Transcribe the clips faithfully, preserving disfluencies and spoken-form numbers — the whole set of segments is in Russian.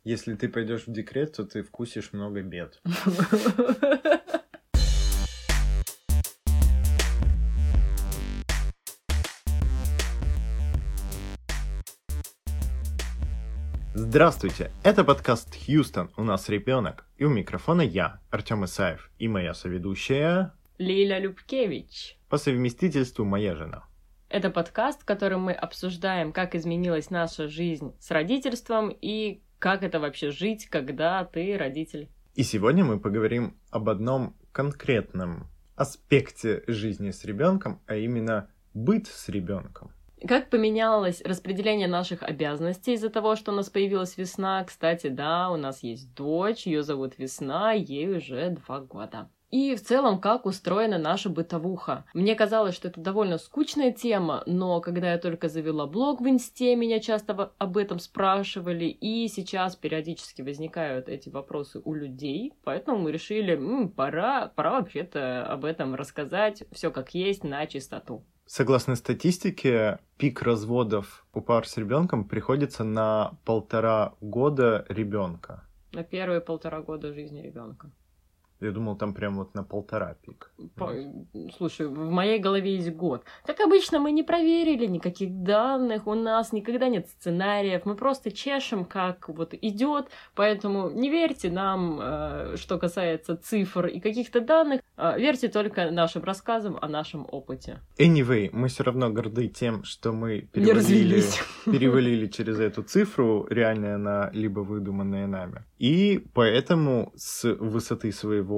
Если ты пойдешь в декрет, то ты вкусишь много бед. Здравствуйте, это подкаст «Хьюстон. У нас ребенок». И у микрофона я, Артем Исаев, и моя соведущая... Лиля Любкевич. По совместительству моя жена. Это подкаст, в котором мы обсуждаем, как изменилась наша жизнь с родительством и как это вообще жить, когда ты родитель. И сегодня мы поговорим об одном конкретном аспекте жизни с ребенком, а именно быт с ребенком. Как поменялось распределение наших обязанностей из-за того, что у нас появилась Весна? Кстати, да, у нас есть дочь, ее зовут Весна, ей уже два года. И в целом, как устроена наша бытовуха. Мне казалось, что это довольно скучная тема, но когда я только завела блог в Инсте, меня часто об этом спрашивали, и сейчас периодически возникают эти вопросы у людей, поэтому мы решили, м, пора, пора вообще-то об этом рассказать, все как есть, на чистоту. Согласно статистике, пик разводов у пар с ребенком приходится на полтора года ребенка. На первые полтора года жизни ребенка. Я думал, там прям вот на полтора пик. По... Слушай, в моей голове есть год. Как обычно, мы не проверили никаких данных, у нас никогда нет сценариев, мы просто чешем, как вот идет, поэтому не верьте нам, э, что касается цифр и каких-то данных, э, верьте только нашим рассказам о нашем опыте. Anyway, мы все равно горды тем, что мы перевалили, перевалили через эту цифру, реальная она, либо выдуманная нами. И поэтому с высоты своего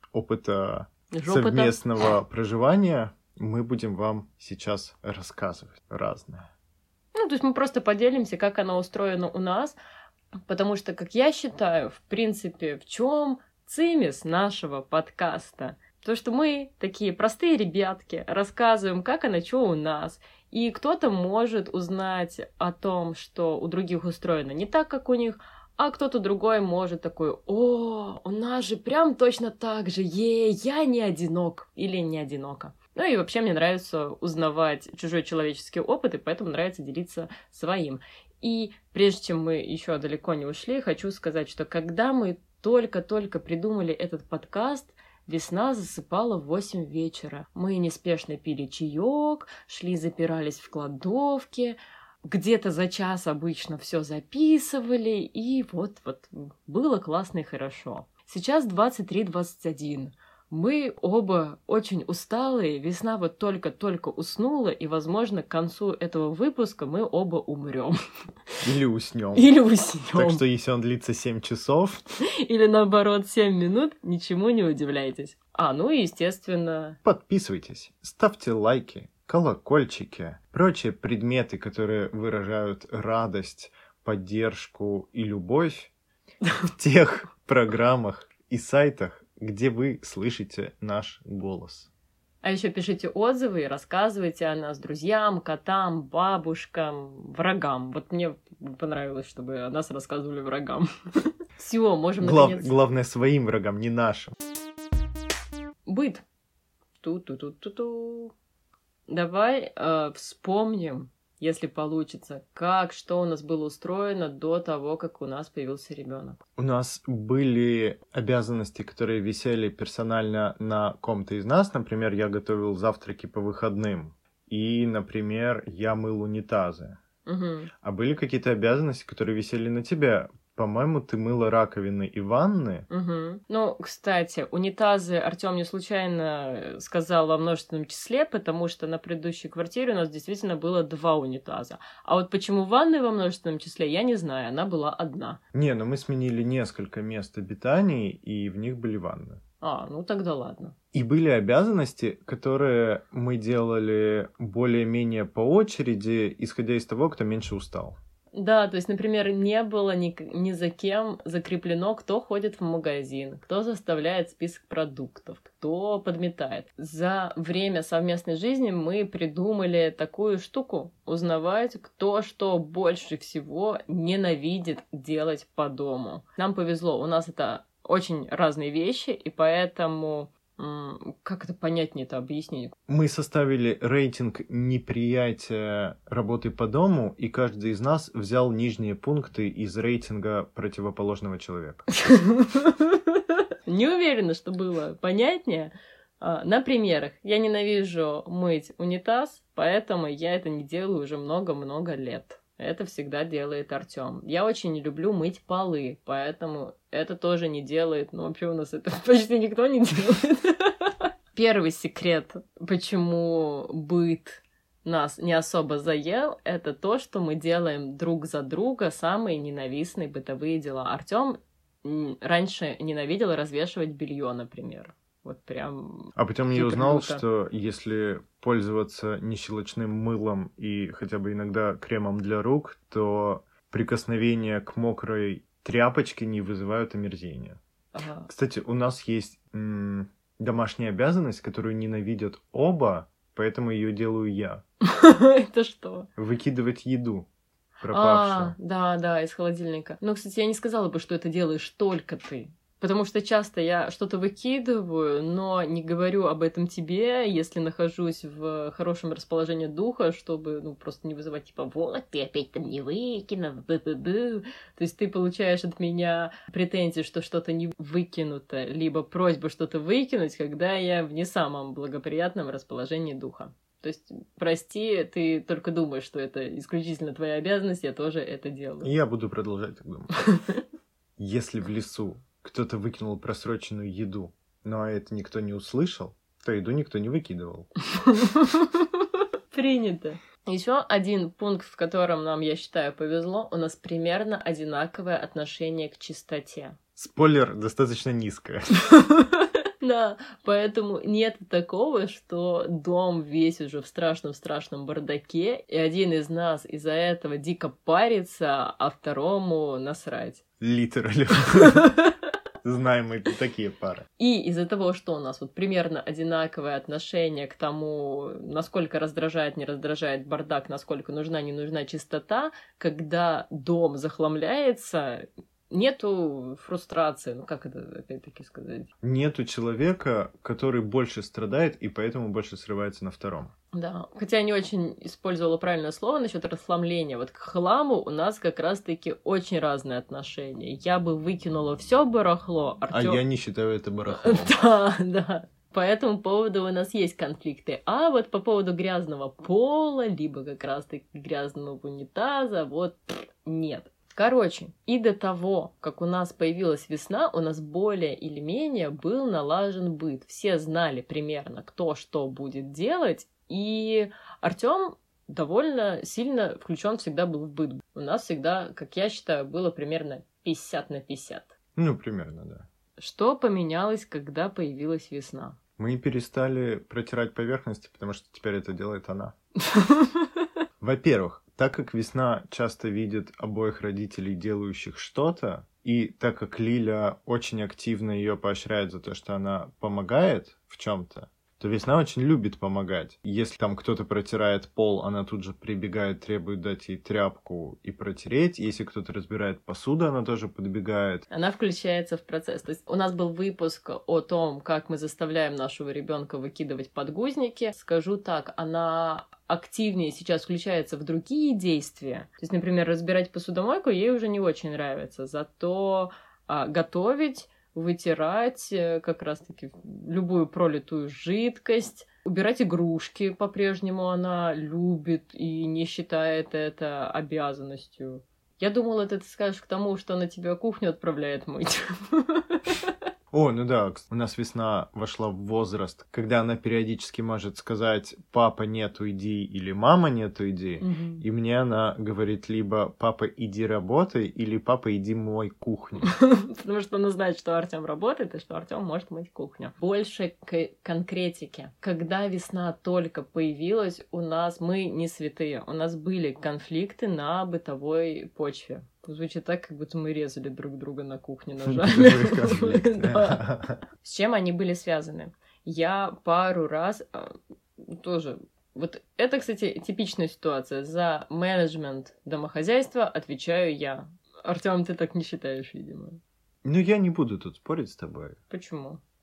опыта Жопыта. совместного проживания мы будем вам сейчас рассказывать разное. Ну, то есть мы просто поделимся, как оно устроено у нас, потому что, как я считаю, в принципе, в чем цимис нашего подкаста? То, что мы такие простые ребятки, рассказываем, как оно, что у нас. И кто-то может узнать о том, что у других устроено не так, как у них, а кто-то другой может такой: «О, у нас же прям точно так же, ей, я не одинок» или «не одинока». Ну и вообще мне нравится узнавать чужой человеческий опыт, и поэтому нравится делиться своим. И прежде чем мы еще далеко не ушли, хочу сказать, что когда мы только-только придумали этот подкаст, Весна засыпала в восемь вечера. Мы неспешно пили чаек, шли, запирались в кладовке, где-то за час обычно все записывали, и вот-вот было классно и хорошо. Сейчас двадцать три двадцать один. Мы оба очень усталые, Весна вот только-только уснула, и, возможно, к концу этого выпуска мы оба умрем. Или уснем. Или уснем. Так что, если он длится семь часов... Или, наоборот, семь минут, ничему не удивляйтесь. А, ну и, естественно... Подписывайтесь, ставьте лайки, колокольчики, прочие предметы, которые выражают радость, поддержку и любовь в тех программах и сайтах, где вы слышите наш голос. А еще пишите отзывы и рассказывайте о нас друзьям, котам, бабушкам, врагам. Вот мне понравилось, чтобы о нас рассказывали врагам. Все, можем Глав... наконец... Главное, своим врагам, не нашим. Быт. Ту-ту-ту-ту-ту. Давай э, вспомним, если получится, как, что у нас было устроено до того, как у нас появился ребенок. У нас были обязанности, которые висели персонально на ком-то из нас. Например, я готовил завтраки по выходным. И, например, я мыл унитазы. Угу. А были какие-то обязанности, которые висели на тебе. По-моему, ты мыла раковины и ванны. Угу. Ну, кстати, унитазы Артём не случайно сказал во множественном числе, потому что на предыдущей квартире у нас действительно было два унитаза. А вот почему ванны во множественном числе, я не знаю, она была одна. Не, но мы сменили несколько мест обитаний, и в них были ванны. А, ну тогда ладно. И были обязанности, которые мы делали более-менее по очереди, исходя из того, кто меньше устал. Да, то есть, например, не было ни, ни за кем закреплено, кто ходит в магазин, кто составляет список продуктов, кто подметает. За время совместной жизни мы придумали такую штуку — узнавать, кто что больше всего ненавидит делать по дому. Нам повезло, у нас это очень разные вещи, и поэтому Как это понятнее это объяснить? Мы составили рейтинг неприятия работы по дому, и каждый из нас взял нижние пункты из рейтинга противоположного человека. Не уверена, что было понятнее. На примерах. Я ненавижу мыть унитаз, поэтому я это не делаю уже много-много лет. Это всегда делает Артём. Я очень не люблю мыть полы, поэтому это тоже не делает. Ну, вообще у нас это почти никто не делает. Первый секрет, почему быт нас не особо заел, это то, что мы делаем друг за друга самые ненавистные бытовые дела. Артём раньше ненавидел развешивать белье, например. Вот прям. А потом я узнал, люто. Что если пользоваться не щелочным мылом и хотя бы иногда кремом для рук, то прикосновения к мокрой тряпочке не вызывают омерзения. Ага. Кстати, у нас есть м- домашняя обязанность, которую ненавидят оба, поэтому ее делаю я. Это что? Выкидывать еду пропавшую. А, да, да, из холодильника. Но, кстати, я не сказала бы, что это делаешь только ты. Потому что часто я что-то выкидываю, но не говорю об этом тебе, если нахожусь в хорошем расположении духа, чтобы, ну, просто не вызывать, типа, вот, ты опять там не выкинул, бу-бу-бу. То есть ты получаешь от меня претензии, что что-то не выкинуто, либо просьбу что-то выкинуть, когда я в не самом благоприятном расположении духа. То есть, прости, ты только думаешь, что это исключительно твоя обязанность, я тоже это делаю. Я буду продолжать так думать. Если в лесу кто-то выкинул просроченную еду, но это никто не услышал, то еду никто не выкидывал. Принято. Еще один пункт, в котором нам, я считаю, повезло, у нас примерно одинаковое отношение к чистоте. Спойлер, достаточно низкое. Да, поэтому нет такого, что дом весь уже в страшном-страшном бардаке, и один из нас из-за этого дико парится, а второму насрать. Литерально. Знаем мы такие пары. И из-за того, что у нас вот примерно одинаковое отношение к тому, насколько раздражает, не раздражает бардак, насколько нужна, не нужна чистота, когда дом захламляется, нету фрустрации. Ну, как это опять-таки сказать? Нету человека, который больше страдает и поэтому больше срывается на втором. Да, хотя я не очень использовала правильное слово насчет расхламления. Вот к хламу у нас как раз-таки очень разные отношения. Я бы выкинула все барахло, Артём... А я не считаю это барахлом. Да, да. По этому поводу у нас есть конфликты. А вот по поводу грязного пола, либо как раз-таки грязного унитаза, вот нет. Короче, и до того, как у нас появилась весна, у нас более или менее был налажен быт. Все знали примерно, кто что будет делать, и Артём довольно сильно включен всегда был в быт. У нас всегда, как я считаю, было примерно пятьдесят на пятьдесят. Ну, примерно, да. Что поменялось, когда появилась весна? Мы перестали протирать поверхности, потому что теперь это делает она. Во-первых, так как весна часто видит обоих родителей, делающих что-то, и так как Лиля очень активно ее поощряет за то, что она помогает в чем-то, то весна очень любит помогать. Если там кто-то протирает пол, она тут же прибегает, требует дать ей тряпку и протереть. Если кто-то разбирает посуду, она тоже подбегает. Она включается в процесс. То есть у нас был выпуск о том, как мы заставляем нашего ребенка выкидывать подгузники. Скажу так, она активнее сейчас включается в другие действия. То есть, например, разбирать посудомойку ей уже не очень нравится. Зато а, готовить, вытирать как раз-таки любую пролитую жидкость, убирать игрушки по-прежнему она любит и не считает это обязанностью. Я думала, это ты скажешь к тому, что она тебя кухню отправляет мыть. О, ну да, у нас весна вошла в возраст, когда она периодически может сказать «папа, нет, уйди» или «мама, нет, уйди». Угу. И мне она говорит либо «папа, иди работай» или «папа, иди мой кухню». Потому что она знает, что Артём работает и что Артём может мыть кухню. Больше к конкретике. Когда весна только появилась, у нас мы не святые. У нас были конфликты на бытовой почве. Звучит так, как будто мы резали друг друга на кухне ножами. С чем они были связаны? Я пару раз тоже... Вот это, кстати, типичная ситуация. За менеджмент домохозяйства отвечаю я. Артём, ты так не считаешь, видимо. Ну, я не буду тут спорить с тобой. Почему?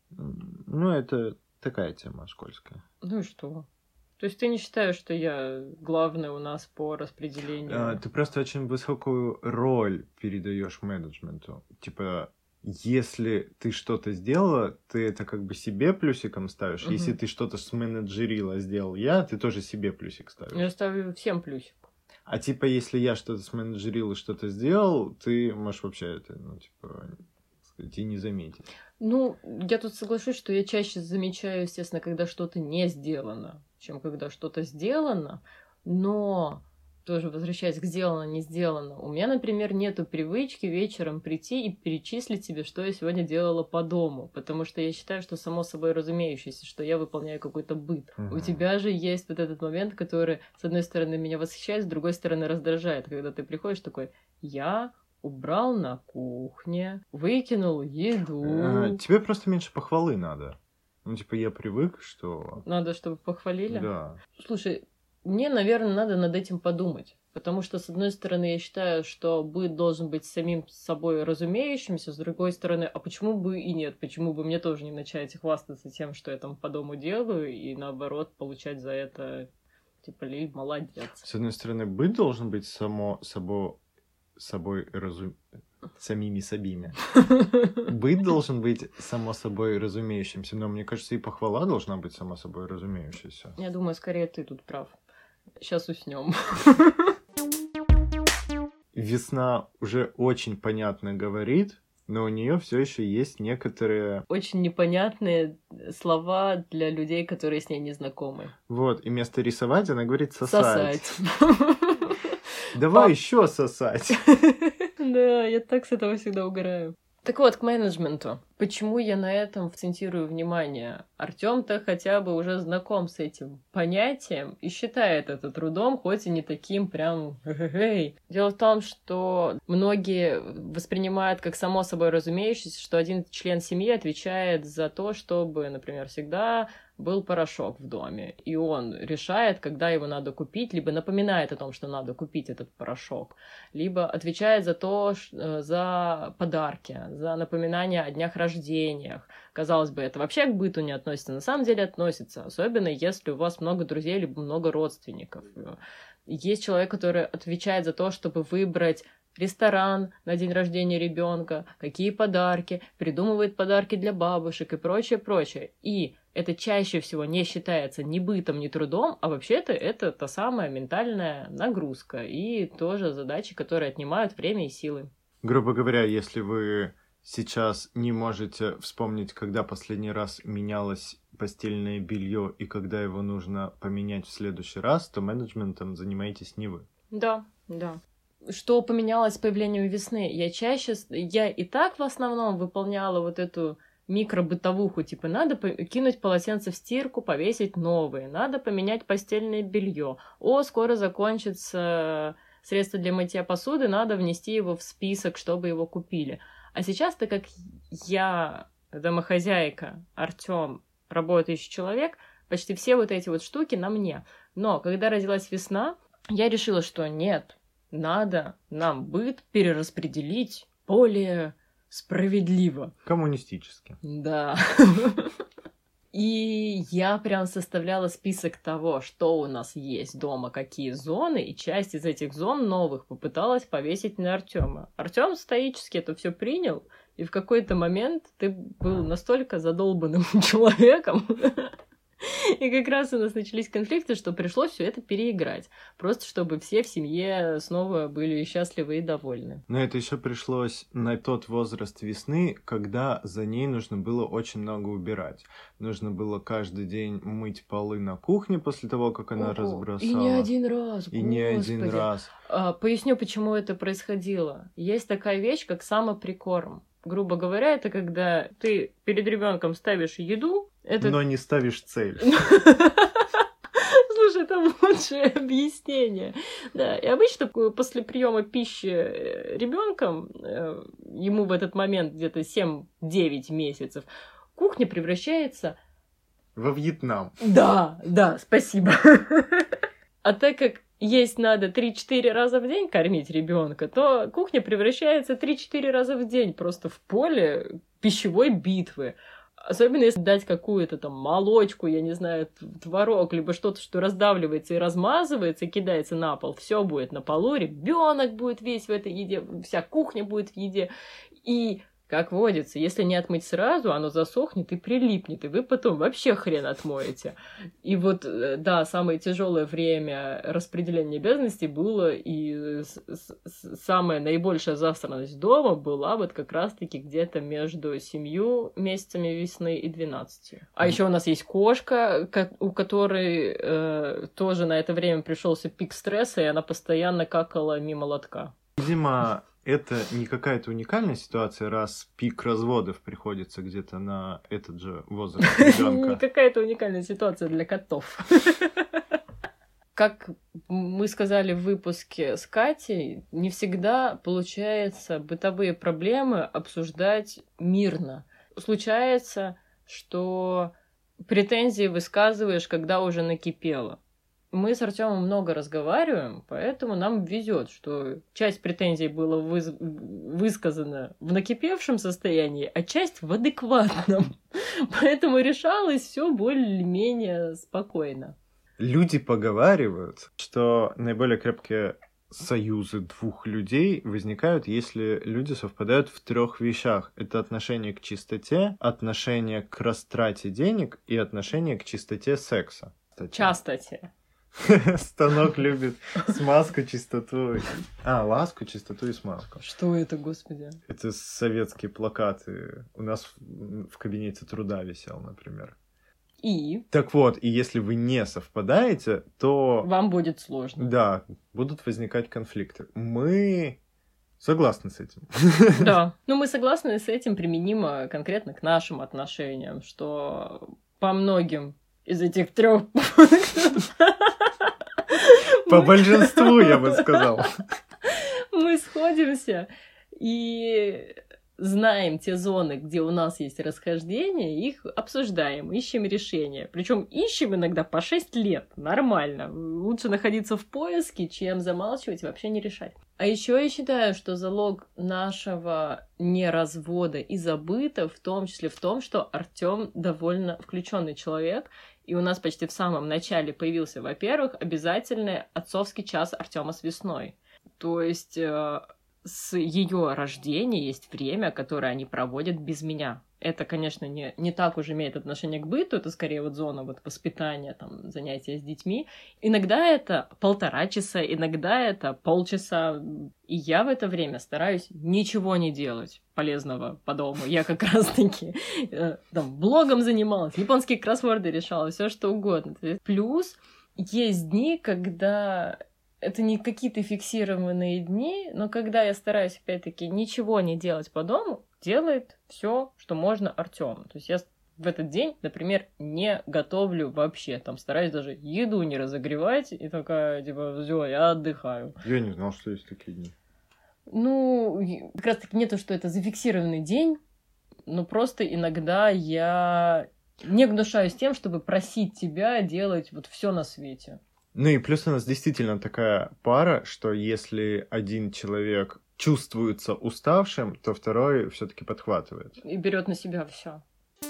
Ну, это такая тема скользкая. Ну и что? То есть ты не считаешь, что я главная у нас по распределению? А, ты просто очень высокую роль передаешь менеджменту. Типа, если ты что-то сделала, ты это как бы себе плюсиком ставишь. Угу. Если ты что-то сменеджерила, сделал я, ты тоже себе плюсик ставишь. Я ставлю всем плюсик. А типа, если я что-то сменеджерил и что-то сделал, ты можешь вообще это, ну, типа, сказать, и не заметить. Ну, я тут соглашусь, что я чаще замечаю, естественно, когда что-то не сделано, чем когда что-то сделано. Но, тоже возвращаясь к сделано, не сделано, у меня, например, нету привычки вечером прийти и перечислить себе, что я сегодня делала по дому. Потому что я считаю, что само собой разумеющееся, что я выполняю какой-то быт. Угу. У тебя же есть вот этот момент, который, с одной стороны, меня восхищает, с другой стороны, раздражает. Когда ты приходишь такой, я... убрал на кухне, выкинул еду. А, тебе просто меньше похвалы надо. Ну, типа, я привык, что... Надо, чтобы похвалили? Да. Слушай, мне, наверное, надо над этим подумать. Потому что, с одной стороны, я считаю, что быт должен быть самим собой разумеющимся, с другой стороны, а почему бы и нет? Почему бы мне тоже не начать хвастаться тем, что я там по дому делаю, и наоборот получать за это, типа, Лиль, молодец. С одной стороны, быт должен быть само собой... собой разум... самими собими. Быт должен быть само собой разумеющимся, но мне кажется, и похвала должна быть само собой разумеющейся. Я думаю, скорее ты тут прав. Сейчас уснем. Весна уже очень понятно говорит, но у нее все еще есть некоторые... очень непонятные слова для людей, которые с ней не знакомы. Вот, и вместо рисовать она говорит сосать. Сосать. Давай Пап... еще сосать. Да, я так с этого всегда угораю. Так вот, к менеджменту. Почему я на этом акцентирую внимание? Артём-то хотя бы уже знаком с этим понятием и считает это трудом, хоть и не таким прям хе-хе-хей. Дело в том, что многие воспринимают как само собой разумеющееся, что один член семьи отвечает за то, чтобы, например, всегда был порошок в доме, и он решает, когда его надо купить, либо напоминает о том, что надо купить этот порошок, либо отвечает за то, за подарки, за напоминание о днях рождениях. Казалось бы, это вообще к быту не относится, на самом деле относится, особенно если у вас много друзей, либо много родственников. Есть человек, который отвечает за то, чтобы выбрать ресторан на день рождения ребенка, какие подарки, придумывает подарки для бабушек и прочее, прочее. И это чаще всего не считается ни бытом, ни трудом, а вообще-то это та самая ментальная нагрузка и тоже задачи, которые отнимают время и силы. Грубо говоря, если вы сейчас не можете вспомнить, когда последний раз менялось постельное белье и когда его нужно поменять в следующий раз, то менеджментом занимаетесь не вы. Да, да. Что поменялось с появлением весны? Я чаще... Я и так в основном выполняла вот эту микробытовуху, типа надо кинуть полотенце в стирку, повесить новые, надо поменять постельное белье. О, скоро закончится средство для мытья посуды, надо внести его в список, чтобы его купили. А сейчас, так как я домохозяйка, Артём, работающий человек, почти все вот эти вот штуки на мне. Но когда родилась весна, я решила, что нет, надо нам быт перераспределить более справедливо. Коммунистически. Да. И я прям составляла список того, что у нас есть дома, какие зоны, и часть из этих зон новых попыталась повесить на Артёма. Артём стоически это все принял, и в какой-то момент ты был настолько задолбанным человеком, и как раз у нас начались конфликты, что пришлось все это переиграть. Просто чтобы все в семье снова были счастливы и довольны. Но это еще пришлось на тот возраст весны, когда за ней нужно было очень много убирать. Нужно было каждый день мыть полы на кухне после того, как она Ого, разбросала. И не один раз, И Господи. не один раз. А, поясню, почему это происходило. Есть такая вещь, как самоприкорм. Грубо говоря, это когда ты перед ребенком ставишь еду, это... но не ставишь цель. Слушай, это лучшее объяснение. Да, и обычно после приема пищи ребенком, ему в этот момент где-то семь-девять месяцев, кухня превращается... во Вьетнам. Да, да, спасибо. А так как есть надо три-четыре раза в день кормить ребенка, то кухня превращается три-четыре раза в день просто в поле пищевой битвы. Особенно если дать какую-то там молочку, я не знаю, творог, либо что-то, что раздавливается и размазывается, и кидается на пол, все будет на полу, ребенок будет весь в этой еде, вся кухня будет в еде. И, как водится, если не отмыть сразу, оно засохнет и прилипнет, и вы потом вообще хрен отмоете. И вот, да, самое тяжелое время распределения обязанностей было, и самая наибольшая засранность дома была вот как раз-таки где-то между семью месяцами весны и двенадцатью. А еще у нас есть кошка, у которой э, тоже на это время пришелся пик стресса, и она постоянно какала мимо лотка. Видимо, это не какая-то уникальная ситуация, раз пик разводов приходится где-то на этот же возраст ребенка. Не какая-то уникальная ситуация для котов. Как мы сказали в выпуске с Катей, не всегда получается бытовые проблемы обсуждать мирно. Случается, что претензии высказываешь, когда уже накипело. Мы с Артёмом много разговариваем, поэтому нам везет, что часть претензий была выз... высказана в накипевшем состоянии, а часть в адекватном. Поэтому решалось все более-менее спокойно. Люди поговаривают, что наиболее крепкие союзы двух людей возникают, если люди совпадают в трех вещах. Это отношение к чистоте, отношение к растрате денег и отношение к чистоте секса. Частоте. Станок любит смазку, чистоту. А, ласку, чистоту и смазку. Что это, господи? Это советские плакаты. У нас в кабинете труда висел, например. И? Так вот, и если вы не совпадаете, то... Вам будет сложно. Да, будут возникать конфликты. Мы согласны с этим. Да, ну мы согласны с этим применимо конкретно к нашим отношениям, что по многим из этих трех пунктов... По большинству, я бы сказал. Мы сходимся и знаем те зоны, где у нас есть расхождения, их обсуждаем, ищем решения. Причем ищем иногда по шесть лет. Нормально. Лучше находиться в поиске, чем замалчивать и вообще не решать. А еще я считаю, что залог нашего неразвода и забыта, в том числе в том, что Артём довольно включенный человек, и у нас почти в самом начале появился, во-первых, обязательный отцовский час Артёма с Весной. То есть э, с ее рождения есть время, которое они проводят без меня. Это, конечно, не, не так уж имеет отношение к быту, это скорее вот зона вот воспитания, там, занятия с детьми. Иногда это полтора часа, иногда это полчаса. И я в это время стараюсь ничего не делать полезного по дому. Я как раз-таки э, там, блогом занималась, японские кроссворды решала, все что угодно. Плюс есть дни, когда... Это не какие-то фиксированные дни, но когда я стараюсь, опять-таки, ничего не делать по дому, делает все, что можно Артём. То есть я в этот день, например, не готовлю вообще. Там стараюсь даже еду не разогревать. И такая, типа, все, я отдыхаю. Я не знал, что есть такие дни. Ну, как раз-таки не то, что это зафиксированный день, но просто иногда я не гнушаюсь тем, чтобы просить тебя делать вот все на свете. Ну и плюс у нас действительно такая пара, что если один человек чувствуется уставшим, то второй все-таки подхватывает. И берет на себя все.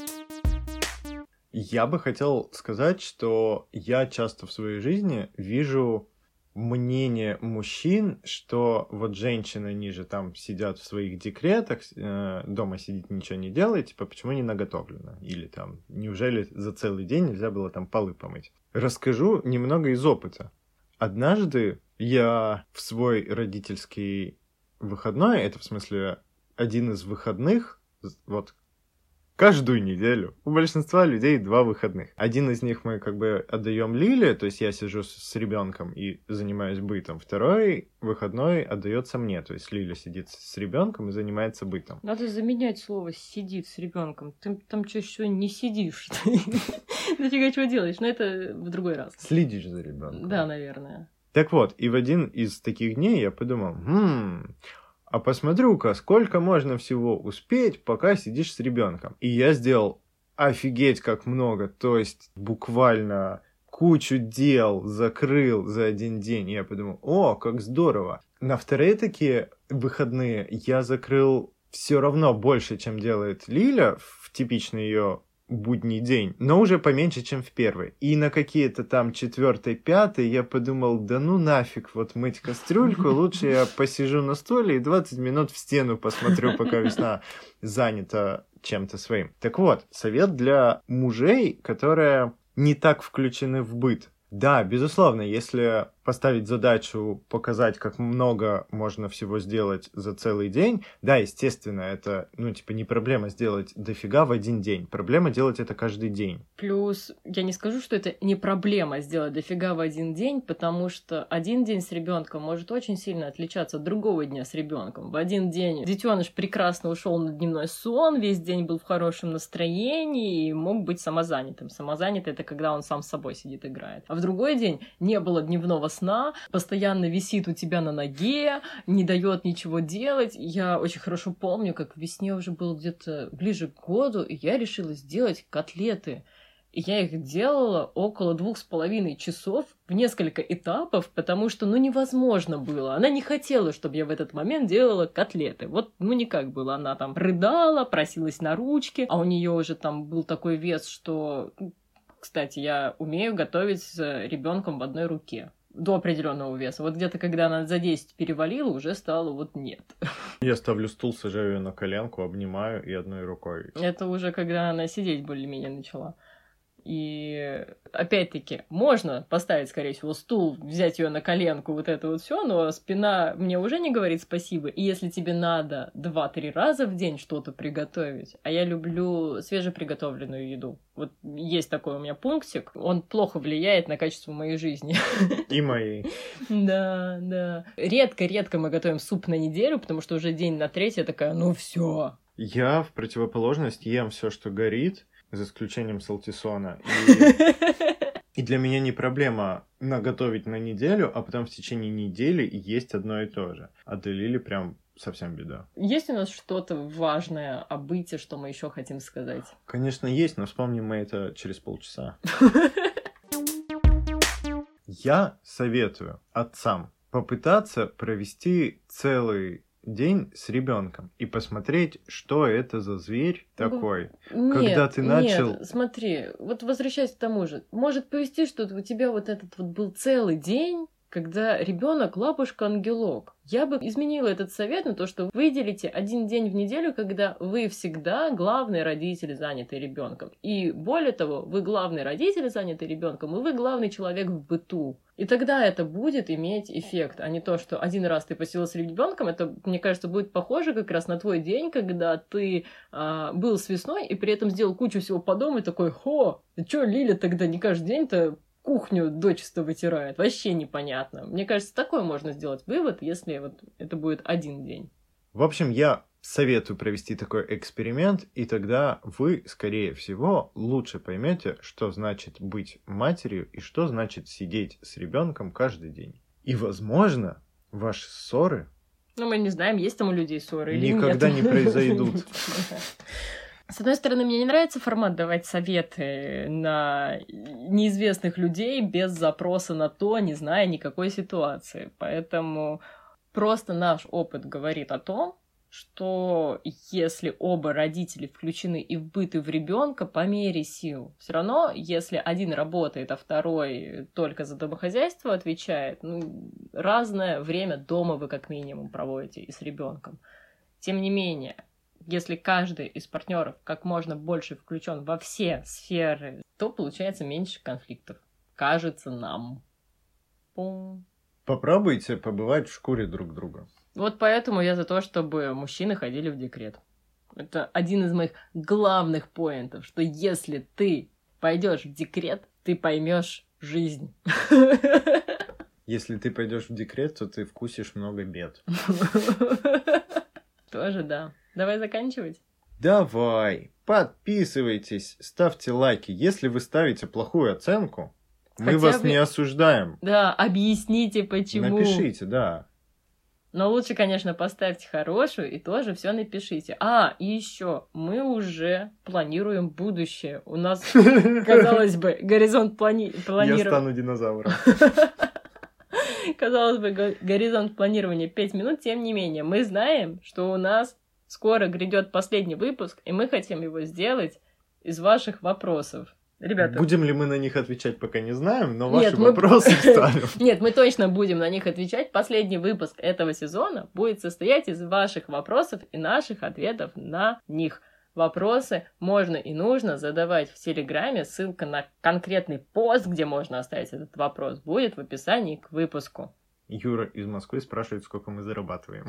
Я бы хотел сказать, что я часто в своей жизни вижу мнение мужчин, что вот женщины, они же там сидят в своих декретах, э, дома сидит, ничего не делает, типа, почему не наготовлено? Или там, неужели за целый день нельзя было там полы помыть? Расскажу немного из опыта. Однажды я в свой родительский выходной, это в смысле один из выходных, вот каждую неделю. У большинства людей два выходных. Один из них мы как бы отдаем Лиле, то есть я сижу с, с ребенком и занимаюсь бытом. Второй выходной отдается мне, то есть Лиля сидит с ребенком и занимается бытом. Надо заменять слово «сидит с ребенком». Ты там что, еще не сидишь? Нафига чего делаешь? Но это в другой раз. Следишь за ребенком. Да, наверное. Так вот, и в один из таких дней я подумал, хм... А посмотрю-ка, сколько можно всего успеть, пока сидишь с ребенком. И я сделал офигеть как много. То есть буквально кучу дел закрыл за один день. И я подумал, о, как здорово. На вторые такие выходные я закрыл все равно больше, чем делает Лиля в типичный ее будний день, но уже поменьше, чем в первый. И на какие-то там четвертый, пятый я подумал, да ну нафиг вот мыть кастрюльку, лучше я посижу на стуле и двадцать минут в стену посмотрю, пока весна занята чем-то своим. Так вот, совет для мужей, которые не так включены в быт. Да, безусловно, если поставить задачу показать, как много можно всего сделать за целый день, да, естественно, это, ну, типа, не проблема сделать дофига в один день. Проблема делать это каждый день. Плюс, я не скажу, что это не проблема сделать дофига в один день, потому что один день с ребенком может очень сильно отличаться от другого дня с ребенком. В один день детеныш прекрасно ушел на дневной сон, весь день был в хорошем настроении и мог быть самозанятым. Самозанятый — это когда он сам с собой сидит, играет. А в другой день не было дневного сна, постоянно висит у тебя на ноге, не дает ничего делать. Я очень хорошо помню, как в весне уже было где-то ближе к году, и я решила сделать котлеты. И я их делала около двух с половиной часов в несколько этапов, потому что, ну, невозможно было. Она не хотела, чтобы я в этот момент делала котлеты. Вот, ну, никак было. Она там рыдала, просилась на ручки, а у нее уже там был такой вес, что... Кстати, я умею готовить с ребенком в одной руке. До определенного веса. Вот где-то, когда она за десять перевалила, уже стало вот нет. Я ставлю стул, сажаю ее на коленку, обнимаю и одной рукой. Это уже когда она сидеть более-менее начала. И опять-таки, можно поставить, скорее всего, стул, взять ее на коленку, вот это вот все, но спина мне уже не говорит спасибо. И если тебе надо два-три раза в день что-то приготовить, а я люблю свежеприготовленную еду. Вот есть такой у меня пунктик, он плохо влияет на качество моей жизни. И моей. Да, да. Редко-редко мы готовим суп на неделю, потому что уже день на третий я такая, ну все. Я в противоположность ем все, что горит, за исключением салтисона. И... и для меня не проблема наготовить на неделю, а потом в течение недели есть одно и то же. А для Лили прям совсем беда. Есть у нас что-то важное о быте, что мы еще хотим сказать? Конечно, есть, но вспомним мы это через полчаса. Я советую отцам попытаться провести целый день с ребенком и посмотреть, что это за зверь такой. Нет, когда ты начал... Нет, смотри, вот возвращаясь к тому же, может повести, что у тебя вот этот вот был целый день, когда ребенок лапушка-ангелок. Я бы изменила этот совет на то, что выделите один день в неделю, когда вы всегда главный родитель, занятый ребенком. И более того, вы главный родитель, занятый ребенком, и вы главный человек в быту. И тогда это будет иметь эффект, а не то, что один раз ты посидел с ребенком. Это, мне кажется, будет похоже как раз на твой день, когда ты а, был с весной и при этом сделал кучу всего по дому и такой: «Хо, а чё Лиля тогда не каждый день-то кухню дочисто вытирает?» Вообще непонятно. Мне кажется, такой можно сделать вывод, если вот это будет один день. В общем, я советую провести такой эксперимент, и тогда вы, скорее всего, лучше поймете, что значит быть матерью и что значит сидеть с ребенком каждый день. И, возможно, ваши ссоры... Ну, мы не знаем, есть там у людей ссоры или нет. Никогда не произойдут. С одной стороны, мне не нравится формат давать советы на неизвестных людей без запроса на то, не зная никакой ситуации. Поэтому просто наш опыт говорит о том, что если оба родители включены и в быт, и в ребенка, по мере сил. Все равно, если один работает, а второй только за домохозяйство отвечает, ну, разное время дома вы как минимум проводите и с ребенком. Тем не менее, если каждый из партнеров как можно больше включен во все сферы, то получается меньше конфликтов. Кажется нам. Пум. Попробуйте побывать в шкуре друг друга. Вот поэтому я за то, чтобы мужчины ходили в декрет. Это один из моих главных поинтов, что если ты пойдешь в декрет, ты поймешь жизнь. Если ты пойдешь в декрет, то ты вкусишь много бед. Тоже да. Давай заканчивать. Давай. Подписывайтесь, ставьте лайки. Если вы ставите плохую оценку, мы Хотя вас бы... не осуждаем. Да, объясните, почему. Напишите, да. Но лучше, конечно, поставьте хорошую и тоже все напишите. А, и еще мы уже планируем будущее. У нас, казалось бы, горизонт плани... планирования... Я стану динозавром. Казалось бы, горизонт планирования пять минут, тем не менее, мы знаем, что у нас скоро грядет последний выпуск, и мы хотим его сделать из ваших вопросов. Ребята. Будем ли мы на них отвечать, пока не знаем, но ваши Нет, мы... вопросы ставим. Нет, мы точно будем на них отвечать. Последний выпуск этого сезона будет состоять из ваших вопросов и наших ответов на них. Вопросы можно и нужно задавать в Телеграме. Ссылка на конкретный пост, где можно оставить этот вопрос, будет в описании к выпуску. Юра из Москвы спрашивает, сколько мы зарабатываем.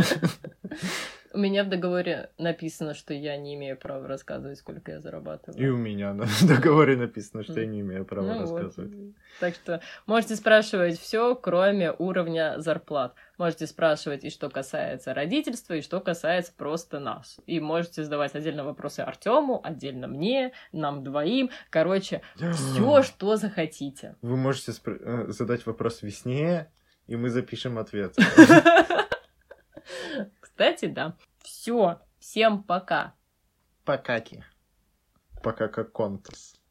У меня в договоре написано, что я не имею права рассказывать, сколько я зарабатываю. И у меня в договоре написано, что я не имею права ну рассказывать. Вот. Так что можете спрашивать все, кроме уровня зарплат. Можете спрашивать и что касается родительства, и что касается просто нас. И можете задавать отдельно вопросы Артему, отдельно мне, нам двоим. Короче, все, что захотите. Вы можете спр- задать вопрос Весне, и мы запишем ответ. Кстати, да. Все. Всем пока. Покаки. Пока как контас.